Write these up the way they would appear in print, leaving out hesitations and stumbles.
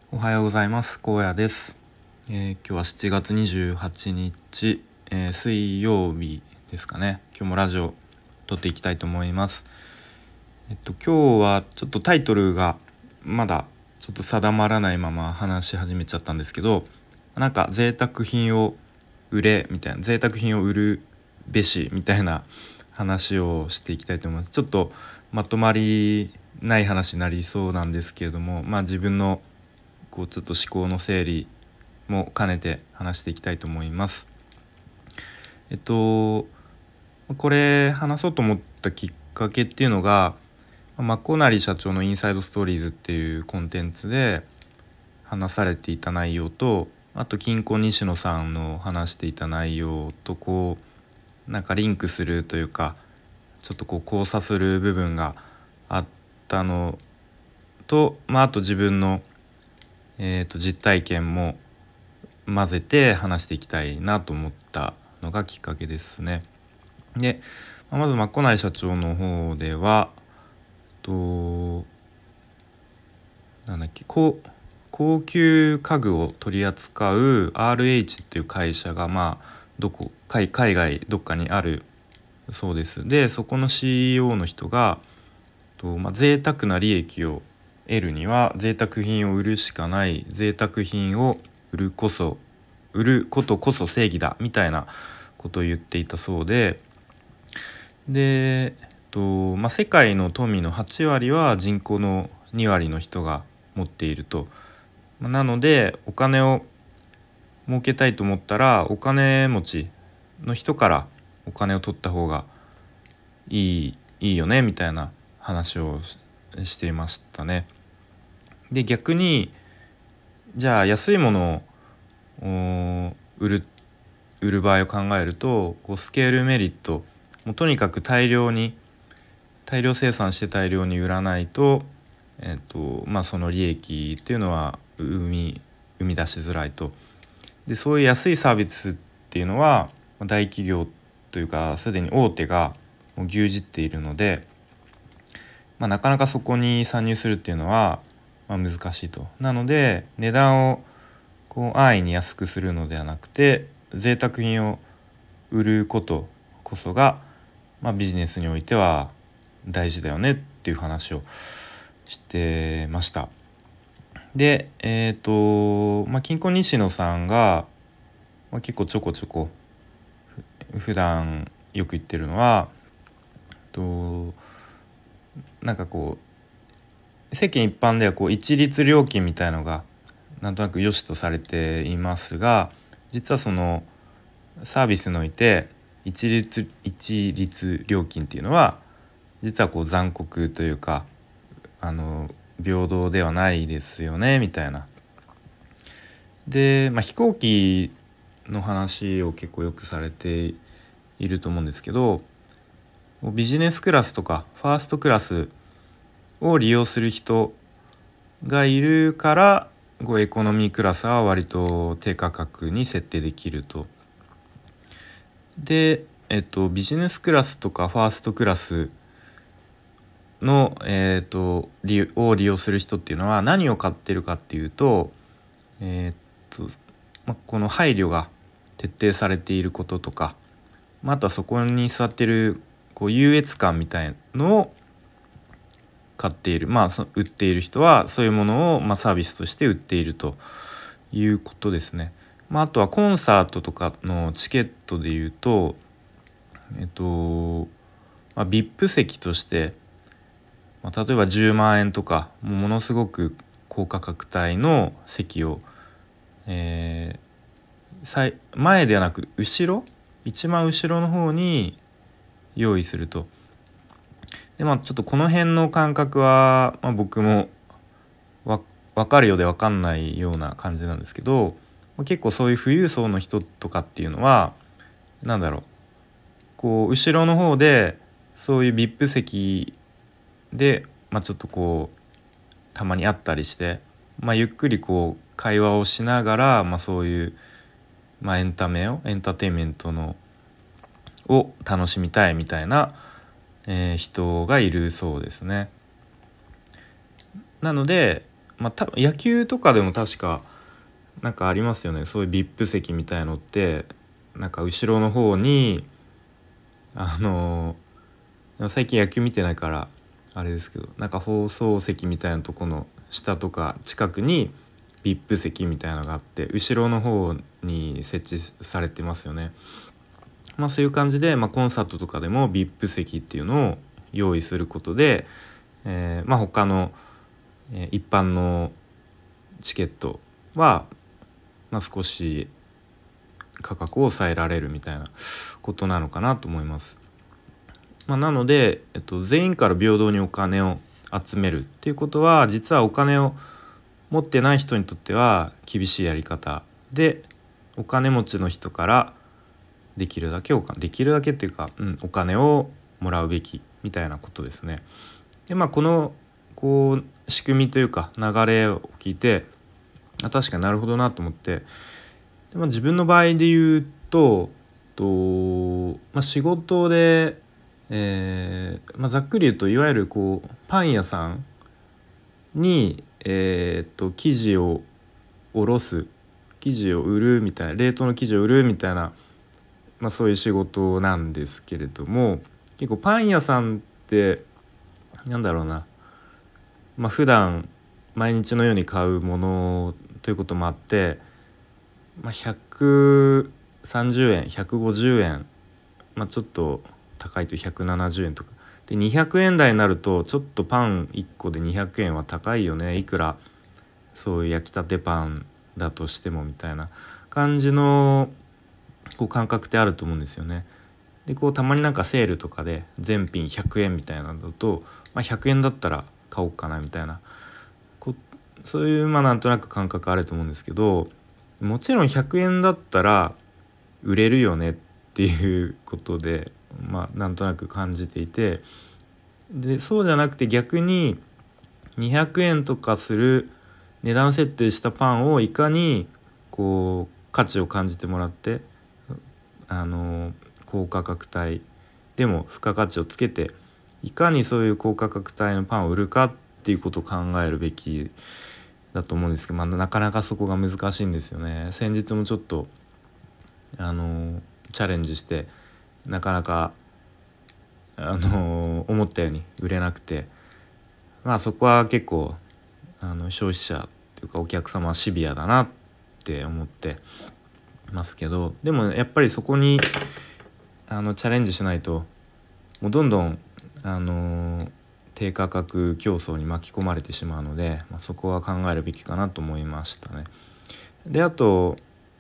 おはようございます。高野です。今日は7月28日、水曜日ですかね。今日もラジオ撮っていきたいと思います。今日はちょっとタイトルがまだちょっと定まらないまま話し始めちゃったんですけど、なんか贅沢品を売れみたいな、贅沢品を売るべしみたいな話をしていきたいと思います。ちょっとまとまりない話になりそうなんですけれども、自分のちょっと思考の整理も兼ねて話していきたいと思います。これ話そうと思ったきっかけっていうのが、マコナリ社長のインサイドストーリーズっていうコンテンツで話されていた内容と、あと金婚西野さんの話していた内容となんかリンクするというか、ちょっと交差する部分があったのと、あと自分の実体験も混ぜて話していきたいなと思ったのがきっかけですね。で、まず真子内社長の方ではなんだっけ高級家具を取り扱う RH っていう会社が海外どっかにあるそうです。でそこの CEO の人が贅沢な利益を得るには贅沢品を売るしかない、贅沢品を売ることこそ正義だみたいなことを言っていたそうで、世界の富の8割は人口の2割の人が持っていると。なのでお金を儲けたいと思ったらお金持ちの人からお金を取った方がいいよねみたいな話をしていましたね。で逆にじゃあ安いものを売る場合を考えるとスケールメリット、もうとにかく大量生産して大量に売らないと、その利益っていうのは生み出しづらいと。でそういう安いサービスっていうのは大企業というかすでに大手がもう牛耳っているので、なかなかそこに参入するっていうのは難しいと。なので値段を安易に安くするのではなくて贅沢品を売ることこそが、ビジネスにおいては大事だよねっていう話をしてました。で金婚西野さんが、結構ちょこちょこ普段よく言ってるのはなんか世間一般では一律料金みたいのがなんとなく良しとされていますが、実はそのサービスにおいて一律料金っていうのは実は残酷というか平等ではないですよねみたいな。で、飛行機の話を結構よくされていると思うんですけど、ビジネスクラスとかファーストクラスを利用する人がいるからエコノミークラスは割と低価格に設定できると。で、ビジネスクラスとかファーストクラスの、を利用する人っていうのは何を買ってるかっていうと、この配慮が徹底されていることとか、あとはそこに座ってる優越感みたいのを買っている、売っている人はそういうものを、サービスとして売っているということですね。あとはコンサートとかのチケットでいうと、VIP 席として、例えば10万円とかものすごく高価格帯の席を、前ではなく一番後ろの方に用意すると。でちょっとこの辺の感覚は、僕も分かるようで分かんないような感じなんですけど、結構そういう富裕層の人とかっていうのは後ろの方でそういう VIP 席で、ちょっとたまに会ったりして、ゆっくり会話をしながら、そういう、エンターテインメントを楽しみたいみたいな、人がいるそうですね。なので、 多分野球とかでも確かなんかありますよね、そういう VIP 席みたいのって。なんか後ろの方に最近野球見てないからあれですけど、なんか放送席みたいなとこの下とか近くに VIP 席みたいなのがあって、後ろの方に設置されてますよね。そういう感じで、コンサートとかでも VIP 席っていうのを用意することで、他の、一般のチケットは、少し価格を抑えられるみたいなことなのかなと思います。なので、全員から平等にお金を集めるっていうことは、実はお金を持ってない人にとっては厳しいやり方で、お金持ちの人からできるだけっていうか、お金をもらうべきみたいなことですね。でこの仕組みというか流れを聞いて、確かになるほどなと思って、で、自分の場合で言うと、仕事で、ざっくり言うと、いわゆるパン屋さんに、生地を生地を売るみたいな、冷凍の生地を売るみたいな、そういう仕事なんですけれども、結構パン屋さんってなんだろうな、普段毎日のように買うものということもあって、130円150円、ちょっと高いと170円とかで、200円台になるとちょっとパン1個で200円は高いよね、いくらそういう焼きたてパンだとしてもみたいな感じの感覚ってあると思うんですよね。でたまになんかセールとかで全品100円みたいなのだと、100円だったら買おうかなみたいな、そういうなんとなく感覚あると思うんですけど、もちろん100円だったら売れるよねっていうことで、なんとなく感じていて、でそうじゃなくて逆に200円とかする値段設定したパンをいかに価値を感じてもらって、高価格帯でも付加価値をつけて、いかにそういう高価格帯のパンを売るかっていうことを考えるべきだと思うんですけど、なかなかそこが難しいんですよね。先日もちょっとチャレンジして、なかなか思ったように売れなくて、そこは結構消費者というかお客様はシビアだなって思ってますけど、でもやっぱりそこにチャレンジしないと、もうどんどん低価格競争に巻き込まれてしまうので、そこは考えるべきかなと思いましたね。であと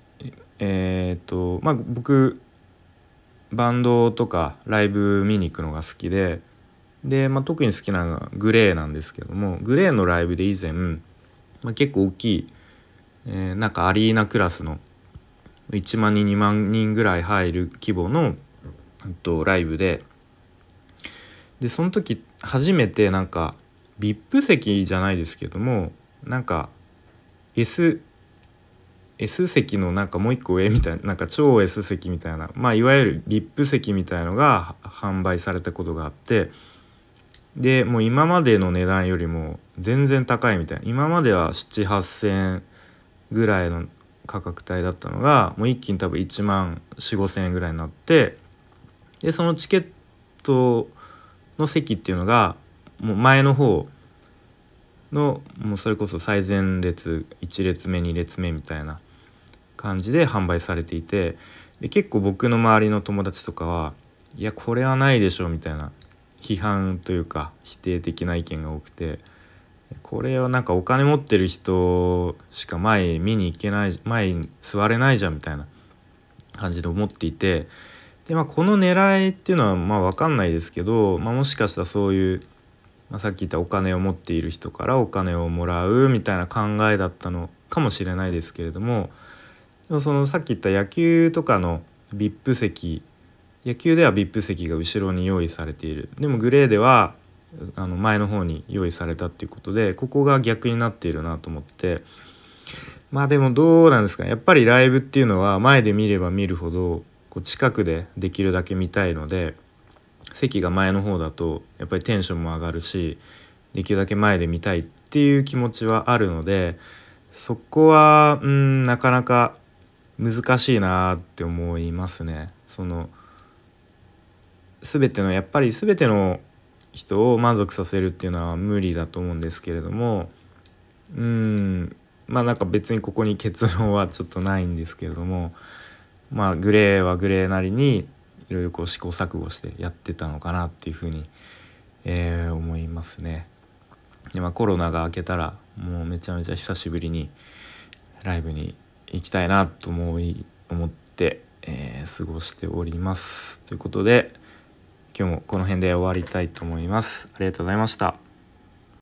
僕バンドとかライブ見に行くのが好きで、特に好きなのがグレーなんですけども、グレーのライブで以前、結構大きい、なんかアリーナクラスの1万人2万人ぐらい入る規模の、ライブでその時初めてなんか VIP 席じゃないですけども、なんか S 席のなんかもう一個上みたいな、なんか超 S 席みたいな、いわゆる VIP 席みたいのが販売されたことがあって、でもう今までの値段よりも全然高いみたいな、今までは7、8,000円ぐらいの価格帯だったのが、もう一気に多分1万4、5,000円ぐらいになって、でそのチケットの席っていうのがもう前の方の、もうそれこそ最前列1列目2列目みたいな感じで販売されていて、で結構僕の周りの友達とかは、いやこれはないでしょみたいな批判というか否定的な意見が多くて、これはなんかお金持ってる人しか前見に行けない、前に座れないじゃんみたいな感じで思っていて、でこの狙いっていうのは分かんないですけど、もしかしたらそういう、さっき言ったお金を持っている人からお金をもらうみたいな考えだったのかもしれないですけれども、でもそのさっき言った野球とかの VIP 席、野球では VIP 席が後ろに用意されている、でもグレーでは前の方に用意されたっていうことで、ここが逆になっているなと思って、でもどうなんですかね、やっぱりライブっていうのは前で見れば見るほど近くでできるだけ見たいので、席が前の方だとやっぱりテンションも上がるし、できるだけ前で見たいっっていう気持ちはあるので、そこはなかなか難しいなって思いますね。やっぱり全ての人を満足させるっていうのは無理だと思うんですけれども、なんか別にここに結論はちょっとないんですけれども、グレーはグレーなりにいろいろこう試行錯誤してやってたのかなっていうふうに、思いますね。で、コロナが明けたらもうめちゃめちゃ久しぶりにライブに行きたいなと思って、過ごしております。ということで今日もこの辺で終わりたいと思います。ありがとうございました。